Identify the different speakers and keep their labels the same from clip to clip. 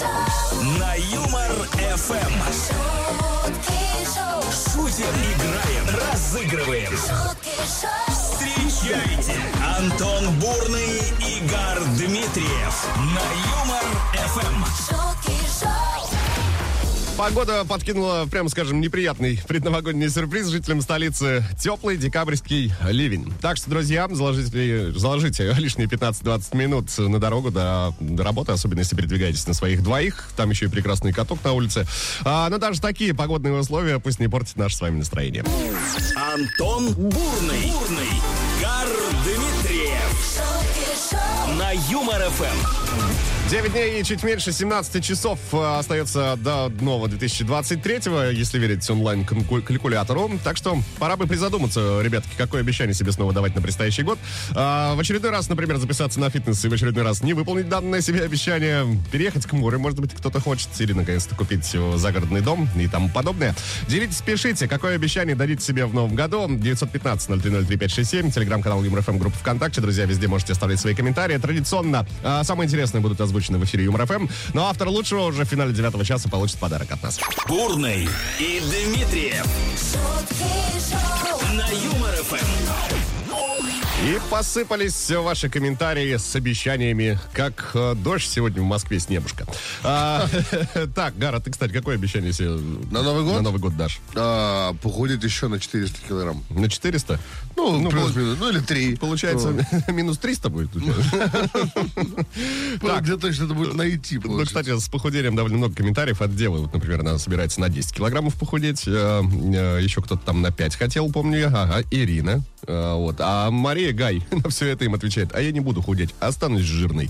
Speaker 1: На Юмор ФМ. Шутим, играем, разыгрываем. Встречайте, Антон Бурный, Игорь Дмитриев. На Юмор ФМ.
Speaker 2: Погода подкинула, прямо скажем, неприятный предновогодний сюрприз жителям столицы. Теплый декабрьский ливень. Так что, друзья, заложите лишние 15-20 минут на дорогу до работы, особенно если передвигаетесь на своих двоих. Там еще и прекрасный каток на улице. Но даже такие погодные условия пусть не портят наше с вами настроение.
Speaker 1: Антон Бурный, Игорь Дмитриев. На Юмор ФМ.
Speaker 2: 9 дней и чуть меньше 17 часов остается до нового 2023-го, если верить онлайн-калькулятору. Так что пора бы призадуматься, ребятки, какое обещание себе снова давать на предстоящий год. В очередной раз, например, записаться на фитнес и в очередной раз не выполнить данное себе обещание, переехать к морю, может быть, кто-то хочет, или наконец-то купить загородный дом и тому подобное. Делитесь, пишите, какое обещание дадите себе в новом году. 915-0303-567, телеграм-канал Юмор ФМ, группа ВКонтакте. Друзья, везде можете оставлять свои комментарии. Традиционно самые интересные будут озвучены в эфире Юмор ФМ. Но автор лучшего уже в финале 9 часа получит подарок от нас.
Speaker 1: Бурный и Дмитриев. На Юмор ФМ.
Speaker 2: И посыпались ваши комментарии с обещаниями, как дождь сегодня в Москве с небушка. Так, Гара, ты, кстати, какое обещание себе
Speaker 3: на Новый год?
Speaker 2: На Новый год дашь?
Speaker 3: Похудеть еще на 400 килограмм.
Speaker 2: На 400?
Speaker 3: Ну плюс-минус, или 3.
Speaker 2: Получается, минус 300 будет.
Speaker 3: Где-то что-то будет найти.
Speaker 2: Ну, кстати, с похудением довольно много комментариев от девы. Вот, например, она собирается на 10 килограммов похудеть. Еще кто-то там на 5 хотел, помню я. Ага, Ирина. Вот. А Мария Гай на все это им отвечает: а я не буду худеть, останусь жирной.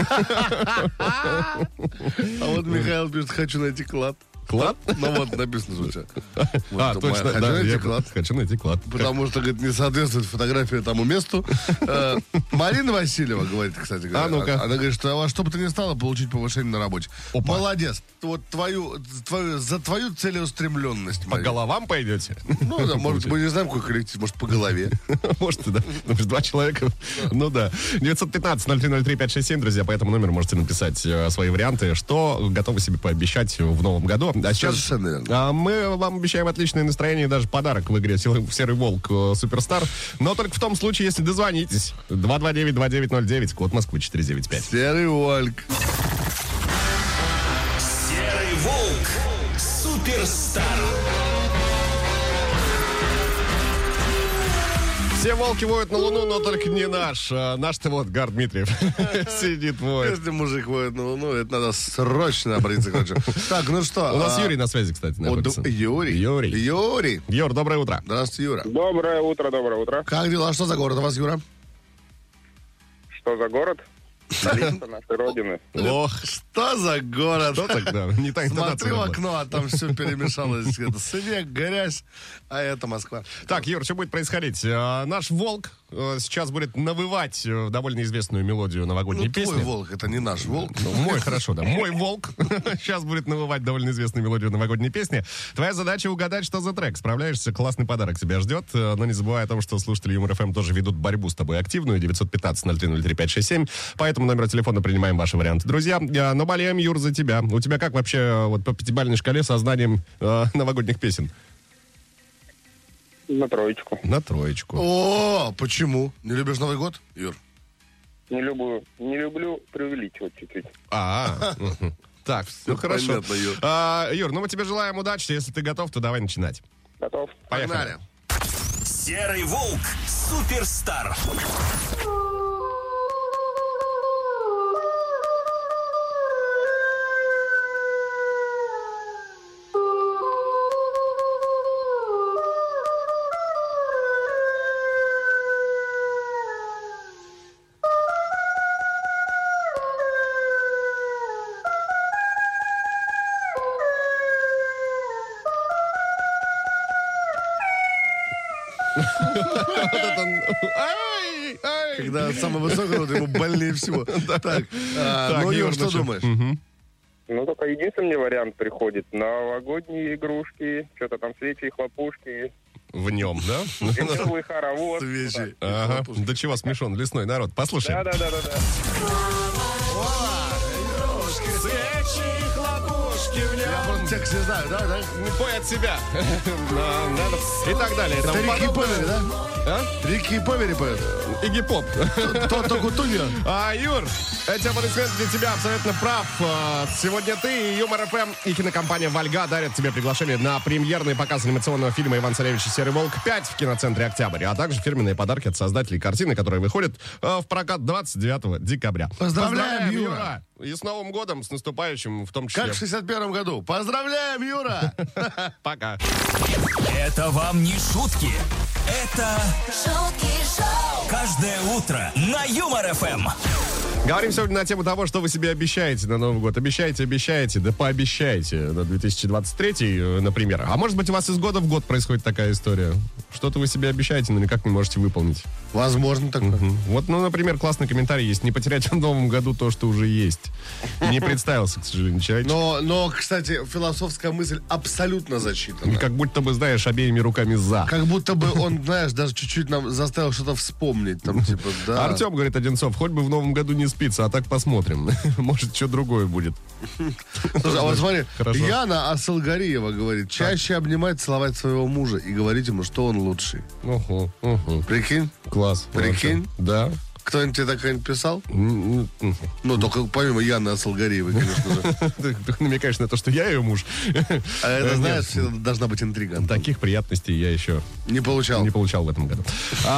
Speaker 3: А вот Михаил пишет: хочу найти клад.
Speaker 2: Клад?
Speaker 3: Ну вот написано звучит.
Speaker 2: Точно,
Speaker 3: хочу найти клад.
Speaker 2: Хочу найти клад.
Speaker 3: Потому что, говорит, не соответствует фотография тому месту. Марина Васильева говорит, кстати говоря.
Speaker 2: ну-ка.
Speaker 3: Она говорит, что что бы то ни стало, получить повышение на работе.
Speaker 2: Опа.
Speaker 3: Молодец. Вот за твою целеустремленность.
Speaker 2: По головам пойдете?
Speaker 3: Ну да, может, мы не знаем, какой коллектив, может, по голове.
Speaker 2: Может, да. Ну, 2 человека. Ну да. 915-0303-567, друзья, по этому номеру можете написать свои варианты, что готовы себе пообещать в новом году. А сейчас мы вам обещаем отличное настроение и даже подарок в игре «Серый волк Суперстар». Но только в том случае, если дозвонитесь. 229-2909, код Москвы 495.
Speaker 3: Серый волк.
Speaker 1: Серый волк Суперстар.
Speaker 2: Все волки воют на Луну, но только не наш. Наш-то вот Игорь Дмитриев сидит, воет.
Speaker 3: Если мужик воет на Луну, это надо срочно обратиться к врачу. Так, ну что?
Speaker 2: У нас Юрий на связи, кстати, находится.
Speaker 3: Юрий.
Speaker 2: Юр, доброе утро.
Speaker 3: Здравствуйте, Юра.
Speaker 4: Доброе утро.
Speaker 3: Как дела? Что за город у вас, Юра?
Speaker 4: Что за город? Столица нашей родины.
Speaker 3: Ох, что за город?
Speaker 2: Что тогда? Не так
Speaker 3: Смотри в окно, а там все перемешалось. Это снег, грязь, а это Москва.
Speaker 2: Так, Юр, что будет происходить? Наш волк сейчас будет навывать довольно известную мелодию новогодней песни.
Speaker 3: Твой волк, это не наш волк.
Speaker 2: Мой, хорошо, да. Мой волк сейчас будет навывать довольно известную мелодию новогодней песни. Твоя задача угадать, что за трек. Справляешься, классный подарок тебя ждет. Но не забывай о том, что слушатели Юмор ФМ тоже ведут борьбу с тобой активную. 915-0303-567. По этому номеру телефона принимаем ваши варианты. Друзья, но болеем, Юр, за тебя. У тебя как вообще вот по 5-балльной шкале со знанием новогодних песен?
Speaker 4: На 3.
Speaker 2: На 3.
Speaker 3: О, почему? Не любишь Новый год, Юр?
Speaker 4: Не люблю преувеличивать чуть-чуть.
Speaker 2: Так, ну хорошо.
Speaker 3: Понятно, Юр.
Speaker 2: Юр, ну мы тебе желаем удачи. Если ты готов, то давай начинать.
Speaker 4: Готов?
Speaker 2: Поехали.
Speaker 1: Серый волк Суперстар.
Speaker 3: Когда самый высокий, вот ему больнее всего. Так, ну, Юр, что думаешь?
Speaker 4: Ну, только единственный вариант приходит. Новогодние игрушки, что-то там свечи и хлопушки.
Speaker 2: В нем, да?
Speaker 4: Веселый хоровод.
Speaker 3: Свечи.
Speaker 2: Ага. До чего смешон лесной народ. Послушай.
Speaker 4: Да.
Speaker 1: Свечи,
Speaker 2: Ладошки в
Speaker 3: Я
Speaker 2: нем.
Speaker 3: просто текст не знаю, да?
Speaker 2: Не пой от себя. И так далее.
Speaker 3: Это Рики Повери, да?
Speaker 2: А?
Speaker 3: Рики Повери поет.
Speaker 2: Игги Поп.
Speaker 3: Тото Кутуньо.
Speaker 2: Юр, эти аплодисменты для тебя абсолютно прав. Сегодня ты, Юмор ФМ и кинокомпания «Вольга» дарят тебе приглашение на премьерный показ анимационного фильма «Иван Царевич и Серый волк 5» в киноцентре «Октябрь», а также фирменные подарки от создателей картины, которые выходят в прокат 29 декабря.
Speaker 3: Поздравляем, Юра!
Speaker 2: И с Новым годом, с наступающим в том числе.
Speaker 3: Как в 61-м году. Поздравляем, Юра!
Speaker 2: Пока.
Speaker 1: Это вам не шутки. Это
Speaker 5: шутки шоу.
Speaker 1: каждое утро на Юмор ФМ.
Speaker 2: Говорим сегодня на тему того, что вы себе обещаете на Новый год. Обещаете, да пообещайте на 2023, например. А может быть, у вас из года в год происходит такая история? Что-то вы себе обещаете, но никак не можете выполнить.
Speaker 3: Возможно, такое.
Speaker 2: Вот, например, классный комментарий есть. Не потерять в Новом году то, что уже есть. Не представился, к сожалению, человек.
Speaker 3: Но, кстати, философская мысль абсолютно зачитана.
Speaker 2: Как будто бы, знаешь, обеими руками за.
Speaker 3: Как будто бы он, знаешь, даже чуть-чуть нам заставил что-то вспомнить. Там, типа, да.
Speaker 2: Артем, говорит, Одинцов, хоть бы в Новом году не спится, а так посмотрим. Может, что другое будет.
Speaker 3: Слушай, а вот смотри,
Speaker 2: Хорошо.
Speaker 3: Яна Асылгариева говорит, чаще обнимать, целовать своего мужа и говорить ему, что он лучший. Прикинь?
Speaker 2: Класс.
Speaker 3: Прикинь?
Speaker 2: Да.
Speaker 3: Кто-нибудь тебе так написал? Ну, только помимо Яны Асылгариевой, конечно же.
Speaker 2: Ты намекаешь на то, что я ее муж.
Speaker 3: А это, знаешь, должна быть интрига.
Speaker 2: Таких приятностей я еще
Speaker 3: Не получал.
Speaker 2: не получал в этом году.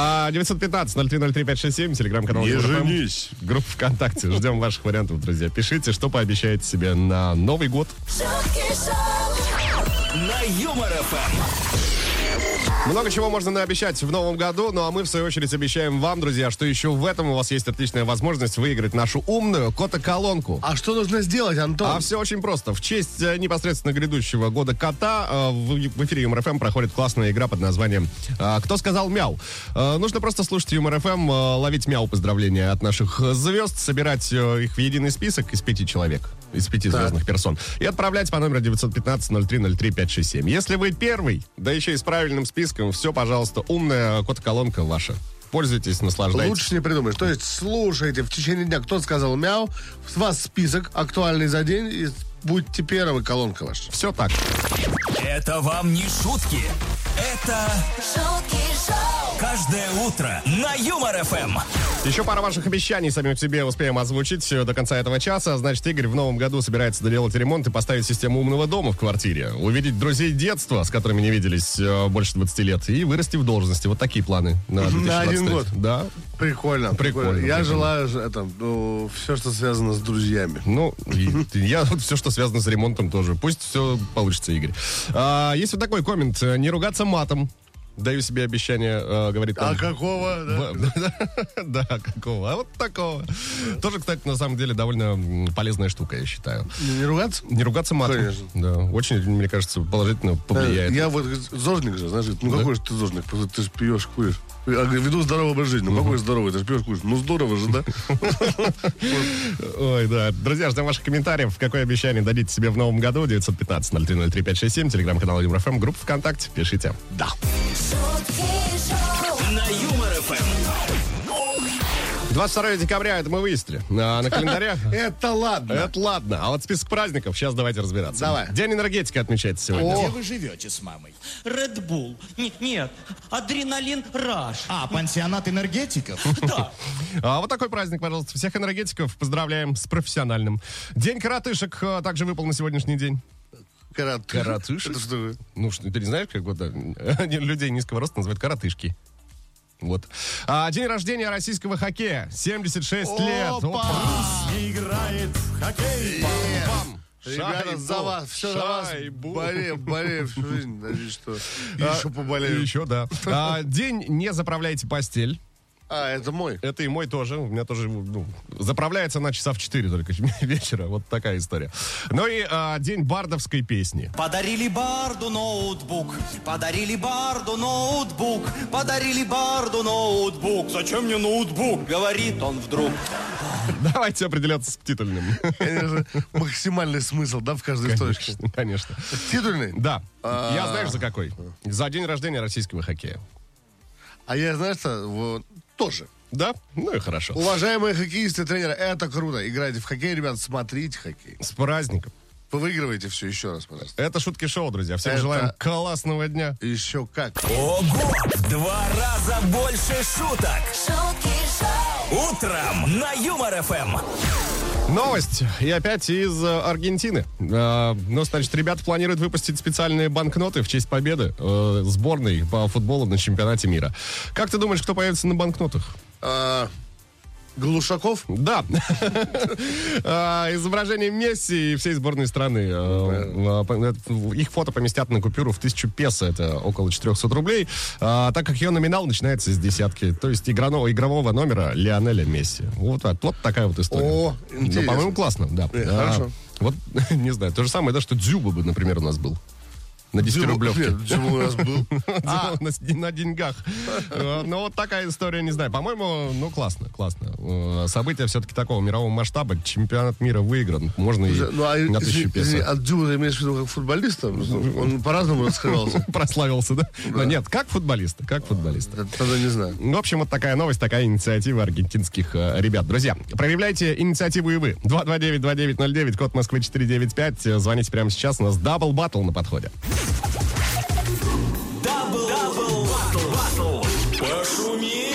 Speaker 2: 915-0303-567, телеграм-канал
Speaker 3: Не
Speaker 2: Юмор ФМ,
Speaker 3: женись.
Speaker 2: группа ВКонтакте. Ждем ваших вариантов, друзья. Пишите, что пообещаете себе на Новый год.
Speaker 5: Шутки шоу.
Speaker 1: На Юмор ФМ.
Speaker 2: Много чего можно наобещать в новом году, ну а мы, в свою очередь, обещаем вам, друзья, что еще в этом у вас есть отличная возможность выиграть нашу умную кота-колонку.
Speaker 3: А что нужно сделать, Антон?
Speaker 2: А все очень просто. В честь непосредственно грядущего года кота в эфире Юмор ФМ проходит классная игра под названием «Кто сказал мяу?». Нужно просто слушать Юмор ФМ, ловить мяу поздравления от наших звезд, собирать их в единый список из 5 человек, из 5 звездных персон, и отправлять по номеру 915-0303-567. Если вы первый, да еще и с правильным списком, все, пожалуйста, умная кота-колонка ваша. Пользуйтесь, наслаждайтесь.
Speaker 3: Лучше не придумаешь. То есть слушайте в течение дня, кто сказал мяу, у вас список актуальный за день, и будьте первым, колонка ваша.
Speaker 2: Все так.
Speaker 1: Это вам не шутки. Это
Speaker 5: Шутки шоу.
Speaker 1: каждое утро на Юмор ФМ.
Speaker 2: Еще пара ваших обещаний самим себе успеем озвучить до конца этого часа. Значит, Игорь в новом году собирается доделать ремонт и поставить систему умного дома в квартире. Увидеть друзей детства, с которыми не виделись больше 20 лет, и вырасти в должности. Вот такие планы на 2023.
Speaker 3: На один год.
Speaker 2: Да.
Speaker 3: Прикольно.
Speaker 2: Прикольно.
Speaker 3: Я желаю все, что связано с друзьями.
Speaker 2: Ну, я вот все, что связано с ремонтом тоже. Пусть все получится, Игорь. Есть вот такой коммент. Не ругаться матом. Даю себе обещание, говорит он.
Speaker 3: А какого?
Speaker 2: Да, какого? А вот такого. Тоже, кстати, на самом деле довольно полезная штука, я считаю.
Speaker 3: Не ругаться?
Speaker 2: Не ругаться матом.
Speaker 3: Конечно.
Speaker 2: Да, очень, мне кажется, положительно повлияет.
Speaker 3: Я вот зожник же, знаешь, ну какой же ты зожник? Ты же пьешь, куришь. Я говорю, веду здоровый образ жизни. Ну какой здоровый? Ты же пьешь, куришь. Ну здорово же, да?
Speaker 2: Ой, да. Друзья, ждем ваших комментариев. Какое обещание дадите себе в новом году? 915-0303-567, телеграм-канал Юмор ФМ, группа ВКонтакте. Пишите. Да.
Speaker 5: Шутки шоу.
Speaker 1: На Юмор ФМ.
Speaker 2: 22 декабря, это мы выяснили. А на календаре...
Speaker 3: Это ладно.
Speaker 2: Это ладно. А вот список праздников, сейчас давайте разбираться.
Speaker 3: Давай.
Speaker 2: День энергетики отмечается сегодня.
Speaker 6: Где вы живете с мамой?
Speaker 7: Red Bull. Нет, адреналин Раш.
Speaker 6: А, пансионат энергетиков?
Speaker 7: Да.
Speaker 2: А вот такой праздник, пожалуйста. Всех энергетиков поздравляем с профессиональным. День коротышек также выпал на сегодняшний день. Коротышек?
Speaker 3: Это что?
Speaker 2: Ну, что, ты не знаешь, как вот людей низкого роста называют коротышки? Вот. День рождения российского хоккея. 76 лет. Опа!
Speaker 6: Играет в хоккей.
Speaker 2: Пам-пам.
Speaker 3: Ребята, за вас, все за вас. Болею всю жизнь. Надеюсь, что еще поболею.
Speaker 2: Еще, да. День «Не заправляйте постель».
Speaker 3: А, это мой.
Speaker 2: Это и мой тоже. У меня тоже заправляется на часа в 4 только вечера. Вот такая история. Ну и день бардовской песни.
Speaker 7: Подарили барду ноутбук, подарили барду ноутбук, подарили барду ноутбук. Зачем мне ноутбук? Говорит он вдруг.
Speaker 2: Давайте определяться с титульным.
Speaker 3: Конечно, максимальный смысл, да, в каждой строчке.
Speaker 2: Конечно.
Speaker 3: Титульный?
Speaker 2: Да. Я знаешь, за какой? За день рождения российского хоккея.
Speaker 3: А я, знаешь что, тоже.
Speaker 2: Да? Ну и хорошо.
Speaker 3: Уважаемые хоккеисты, тренеры, это круто. Играйте в хоккей, ребят, смотрите хоккей.
Speaker 2: С праздником.
Speaker 3: Вы выигрываете все еще раз, пожалуйста.
Speaker 2: Это шутки шоу, друзья. Всем
Speaker 3: Это-
Speaker 2: желаем классного дня.
Speaker 3: Еще как.
Speaker 1: Ого! В 2 раза больше шуток.
Speaker 5: шутки шоу,
Speaker 1: Утром на Юмор ФМ.
Speaker 2: Новость. И опять из Аргентины. Ну, значит, ребята планируют выпустить специальные банкноты в честь победы сборной по футболу на чемпионате мира. Как ты думаешь, кто появится на банкнотах?
Speaker 3: Глушаков?
Speaker 2: Да. Изображение Месси и всей сборной страны. Их фото поместят на купюру в 1000 песо. Это около 400 рублей. Так как ее номинал начинается с десятки. То есть игрового номера Лионеля Месси. Вот такая вот история.
Speaker 3: О,
Speaker 2: Ну,
Speaker 3: интересно.
Speaker 2: по-моему, классно, да.
Speaker 3: Хорошо.
Speaker 2: Вот, не знаю, то же самое, да, что Дзюба бы, например, у нас был. На 10-рублевке.
Speaker 3: Нет, Дзюба у нас был.
Speaker 2: На деньгах. Ну, вот такая история, не знаю. По-моему, ну, классно. Событие все-таки такого мирового масштаба. Чемпионат мира выигран. Можно и
Speaker 3: Ну, а
Speaker 2: на 1000 песо.
Speaker 3: от Дзюба ты имеешь в виду как футболиста? Он по-разному раскрывался.
Speaker 2: Прославился, да? Но нет, как футболиста.
Speaker 3: Тогда не знаю.
Speaker 2: В общем, вот такая новость, такая инициатива аргентинских ребят. Друзья, проявляйте инициативу и вы. 229-2909, код Москвы 495. Звоните прямо сейчас. У нас дабл баттл на подходе.
Speaker 1: Дабл батл. Пошумим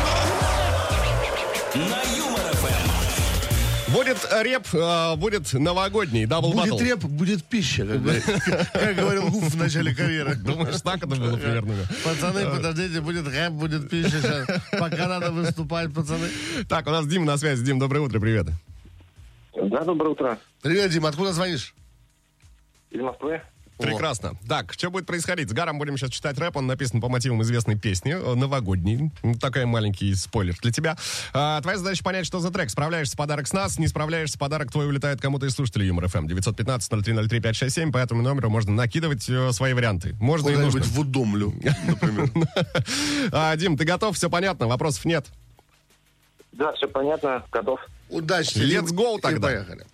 Speaker 1: на Юмор ФМ.
Speaker 2: Будет реп, будет новогодний дабл
Speaker 3: Будет
Speaker 2: баттл.
Speaker 3: реп, будет пища, как говорил Гуф в начале карьеры.
Speaker 2: Думаешь, так это было примерно?
Speaker 3: Пацаны, подождите, будет рэп, будет пища сейчас. Пока надо выступать, пацаны.
Speaker 2: Так, у нас Дима на связи. Дим, доброе утро, привет.
Speaker 4: Да, доброе утро.
Speaker 3: Привет, Дим, откуда звонишь?
Speaker 4: Из Москвы.
Speaker 2: Прекрасно. Так, что будет происходить? С Гаром будем сейчас читать рэп. Он написан по мотивам известной песни, новогодней. Такой маленький спойлер для тебя. Твоя задача понять, что за трек. Справляешься, подарок с нас. Не справляешься, подарок твой улетает кому-то из слушателей Юмор ФМ. 915-0303-567. По этому номеру можно накидывать свои варианты. Можно и
Speaker 3: Куда-нибудь
Speaker 2: нужно.
Speaker 3: в Удомлю, например.
Speaker 2: Дим, ты готов? Все понятно? Вопросов нет.
Speaker 4: Да, все понятно, готов.
Speaker 3: Удачи.
Speaker 2: Let's
Speaker 3: Дим,
Speaker 2: go
Speaker 3: и
Speaker 2: тогда.
Speaker 3: поехали.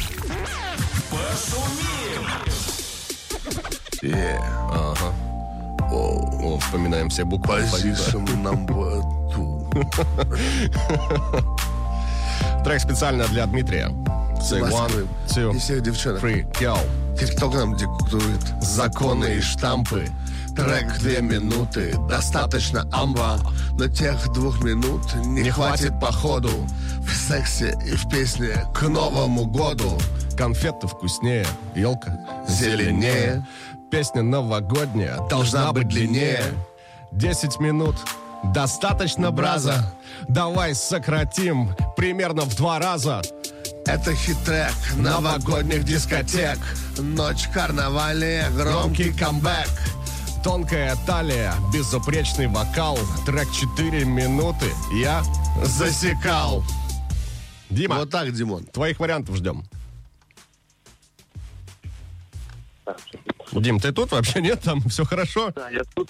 Speaker 2: О, вспоминаем все буквы алфавита.
Speaker 3: Position number 2.
Speaker 2: Трек специально для Дмитрия. Say
Speaker 3: Москвы.
Speaker 2: 1, 2,
Speaker 3: И всех девчонок.
Speaker 2: 3, go.
Speaker 3: Тикток нам диктует законы и штампы. Трек 2 минуты, достаточно амба. Но тех 2 минут не хватит походу. В сексе и в песне к Новому году.
Speaker 2: Конфеты вкуснее, елка
Speaker 3: Зеленее.
Speaker 2: Песня новогодняя должна быть длиннее. 10 минут, достаточно браза. Давай сократим примерно в 2 раза.
Speaker 3: Это хит-трек новогодних дискотек. Ночь карнавальная, громкий камбэк.
Speaker 2: Тонкая талия, безупречный вокал. Трек 4 минуты, я засекал. Дима,
Speaker 3: Вот так, Димон.
Speaker 2: твоих вариантов ждем. Дим, ты тут вообще? Нет, там все хорошо?
Speaker 4: Да, я тут.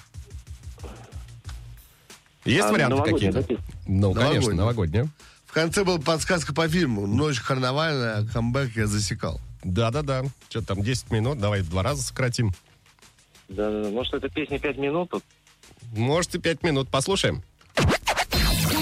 Speaker 2: Есть варианты
Speaker 4: новогодняя,
Speaker 2: какие-то?
Speaker 4: да,
Speaker 2: Ну, конечно,
Speaker 3: Новогодняя.
Speaker 2: новогодняя.
Speaker 3: В конце была подсказка по фильму. Ночь карнавальная, камбэк я засекал.
Speaker 2: Да-да-да. Что там, 10 минут, давай в 2 раза сократим.
Speaker 4: Да, может, это песня 5 минут тут?
Speaker 2: Может, и 5 минут. Послушаем. 5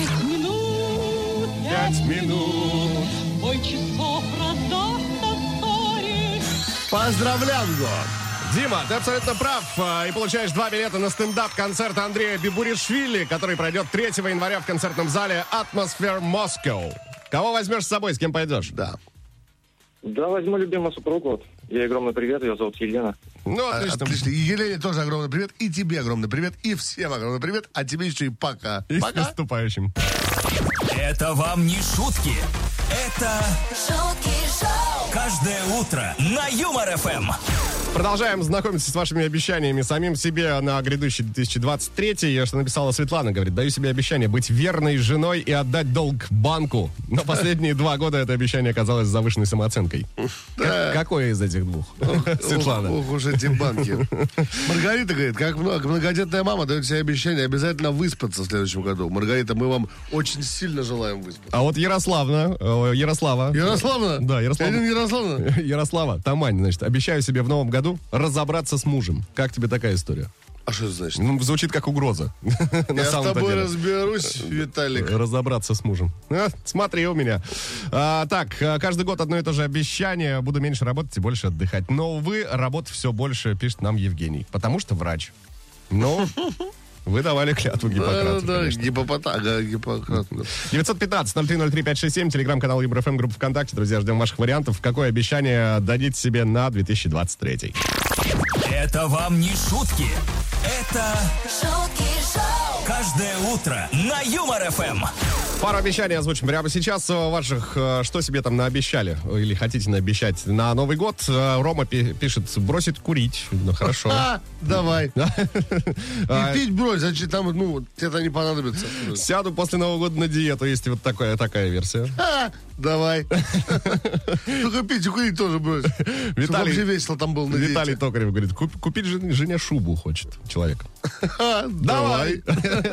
Speaker 2: минут.
Speaker 8: Мой часов раздастся вскоре.
Speaker 3: Поздравляем, го!
Speaker 2: Дима, ты абсолютно прав. И получаешь 2 билета на стендап-концерт Андрея Бибуришвили, который пройдет 3 января в концертном зале Atmosphere Moscow. Кого возьмешь с собой, с кем пойдешь?
Speaker 3: Да.
Speaker 4: Да, возьму любимую супругу. Вот. Ей огромный привет, ее зовут Елена.
Speaker 2: Ну, отлично.
Speaker 3: Отлично. И Елене тоже огромный привет. И тебе огромный привет. И всем огромный привет. А тебе еще и пока.
Speaker 2: И с
Speaker 3: Пока.
Speaker 2: наступающим.
Speaker 1: Это вам не шутки. Это
Speaker 5: шутки шоу,
Speaker 1: каждое утро на Юмор ФМ.
Speaker 2: Продолжаем знакомиться с вашими обещаниями самим себе на грядущий 2023. Что написала Светлана, говорит: даю себе обещание быть верной женой и отдать долг банку. Но последние 2 года это обещание оказалось завышенной самооценкой. Какое из этих двух? Светлана.
Speaker 3: Ох уж эти банки. Маргарита говорит, как многодетная мама дает себе обещание обязательно выспаться в следующем году. Маргарита, мы вам очень сильно желаем выспаться.
Speaker 2: А вот Ярослава.
Speaker 3: Ярославна?
Speaker 2: Да, Ярославна.
Speaker 3: Ярославна?
Speaker 2: Ярослава, Тамань, значит, обещаю себе в новом году разобраться с мужем. Как тебе такая история?
Speaker 3: А что это значит?
Speaker 2: Ну, звучит как угроза.
Speaker 3: Я с тобой разберусь, Виталик.
Speaker 2: Разобраться с мужем. Смотри у меня. Так, каждый год одно и то же обещание. Буду меньше работать и больше отдыхать. Но, увы, работы все больше, пишет нам Евгений. Потому что врач. Ну... Вы давали клятву Гиппократу,
Speaker 3: Да,
Speaker 2: конечно.
Speaker 3: Гиппократ.
Speaker 2: 915-0303-567, телеграм-канал ЮбрФМ, группа ВКонтакте. Друзья, ждем ваших вариантов. Какое обещание дадите себе на 2023?
Speaker 1: Это вам не шутки. Это
Speaker 5: шутки шоу,
Speaker 1: каждое утро на Юмор-ФМ.
Speaker 2: Пару обещаний озвучим прямо сейчас ваших. Что себе там наобещали? Или хотите наобещать на Новый год? Рома пишет, бросить курить. Ну, хорошо.
Speaker 3: Давай. И пить брось, значит, там, тебе это не понадобится.
Speaker 2: Сяду после Нового года на диету. Есть вот такая версия.
Speaker 3: Давай. Только пить и курить тоже брось. Чтобы вообще весело там был на диете.
Speaker 2: Виталий Токарев говорит, купить жене шубу хочет человек.
Speaker 3: Давай.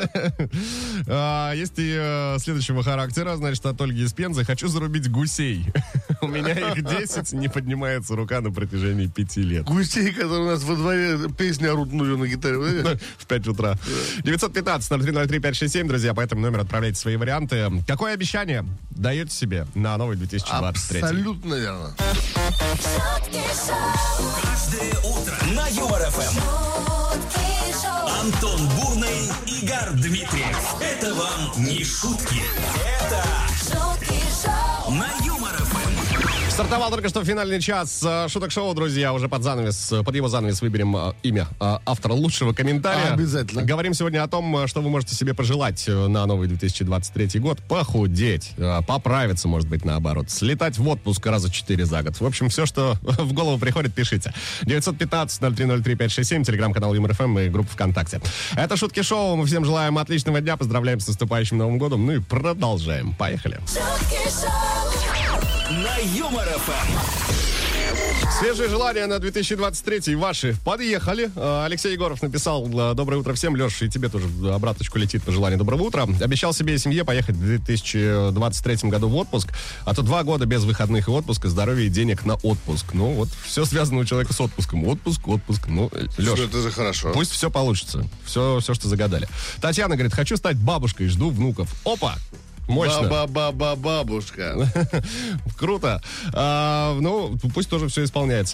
Speaker 2: Есть и следующего характера, значит, от Ольги из Пензы. Хочу зарубить гусей. У меня их 10, не поднимается рука на протяжении 5 лет.
Speaker 3: Гусей, которые у нас во дворе песни орут на гитаре.
Speaker 2: В 5 утра. 915-0303-567, друзья, по этому номеру отправляйте свои варианты. Какое обещание даете себе на новый 2023?
Speaker 3: Абсолютно верно.
Speaker 5: шутки шоу,
Speaker 1: Каждое утро на Юмор-ФМ.
Speaker 5: шутки шоу,
Speaker 1: Антон Бурный, Игорь Дмитриев. Это вам не шутки. Это
Speaker 5: шутки шоу,
Speaker 1: на Юмор-ФМ.
Speaker 2: Стартовал только что финальный час шуток-шоу, друзья. Уже под его занавес выберем имя автора лучшего комментария.
Speaker 3: Обязательно.
Speaker 2: Говорим сегодня о том, что вы можете себе пожелать на новый 2023 год. Похудеть, поправиться, может быть, наоборот. Слетать в отпуск раза 4 за год. В общем, все, что в голову приходит, пишите. 915-0303-567, телеграм-канал Юмор-ФМ и группа ВКонтакте. Это шутки-шоу. Мы всем желаем отличного дня. Поздравляем с наступающим Новым годом. Ну и продолжаем. Поехали.
Speaker 5: шутки шоу,
Speaker 1: На Юмор-ФМ.
Speaker 2: Свежие желания на 2023 ваши подъехали. Алексей Егоров написал: доброе утро всем. Леш, и тебе тоже обраточку летит пожелание доброго утра. Обещал себе и семье поехать в 2023 году в отпуск, а то 2 года без выходных и отпуска, здоровья и денег на отпуск. Ну вот, все связано у человека с отпуском. Отпуск. Ну, Леш,
Speaker 3: Это же хорошо.
Speaker 2: пусть все получится. Все, что загадали. Татьяна говорит: хочу стать бабушкой, жду внуков. Опа! Мощно.
Speaker 3: Бабушка.
Speaker 2: Круто. Ну, пусть тоже все исполняется.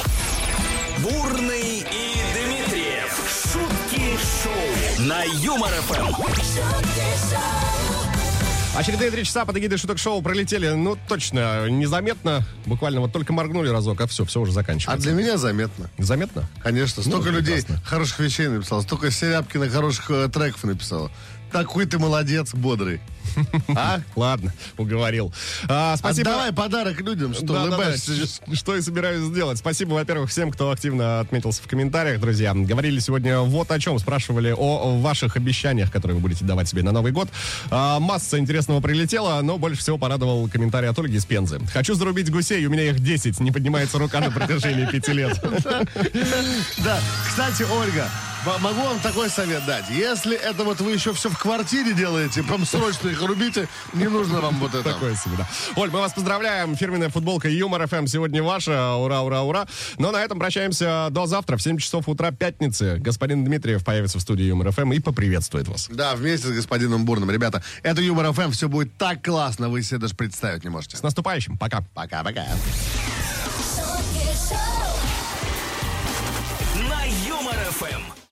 Speaker 1: Бурный и Дмитриев. Шутки шоу на Юмор-ФМ.
Speaker 5: шутки шоу,
Speaker 2: Очередные 3 часа под эгидой шуток-шоу пролетели, ну, точно, незаметно. Буквально вот только моргнули разок, а все уже
Speaker 3: А
Speaker 2: заканчивается.
Speaker 3: для меня заметно.
Speaker 2: Заметно?
Speaker 3: Конечно, столько людей
Speaker 2: прекрасно.
Speaker 3: хороших вещей написало, столько Серябкина хороших треков написала. Такой ты молодец, бодрый. А?
Speaker 2: Ладно, уговорил. Спасибо.
Speaker 3: Отдавай подарок людям, что
Speaker 2: Да,
Speaker 3: улыбаешься.
Speaker 2: что и собираюсь сделать. Спасибо, во-первых, всем, кто активно отметился в комментариях, друзья. Говорили сегодня вот о чем. Спрашивали о ваших обещаниях, которые вы будете давать себе на Новый год. Масса интересного прилетела, но больше всего порадовал комментарий от Ольги из Пензы. Хочу зарубить гусей, у меня их 10. Не поднимается рука на протяжении 5 лет.
Speaker 3: Да, кстати, Ольга, могу вам такой совет дать. Если это вот вы еще все в квартире делаете, прям срочно их рубите, не нужно вам вот это.
Speaker 2: Такое себе, да. Оль, мы вас поздравляем. Фирменная футболка Юмор-ФМ сегодня ваша. Ура, ура, ура. Но на этом прощаемся до завтра в 7 часов утра пятницы. Господин Дмитриев появится в студии Юмор-ФМ и поприветствует вас.
Speaker 3: Да, вместе с господином Бурным. Ребята, это Юмор ФМ, все будет так классно, вы себе даже представить не можете.
Speaker 2: С наступающим. Пока.
Speaker 3: Пока-пока.
Speaker 5: шутки шоу.
Speaker 1: На Юмор-ФМ.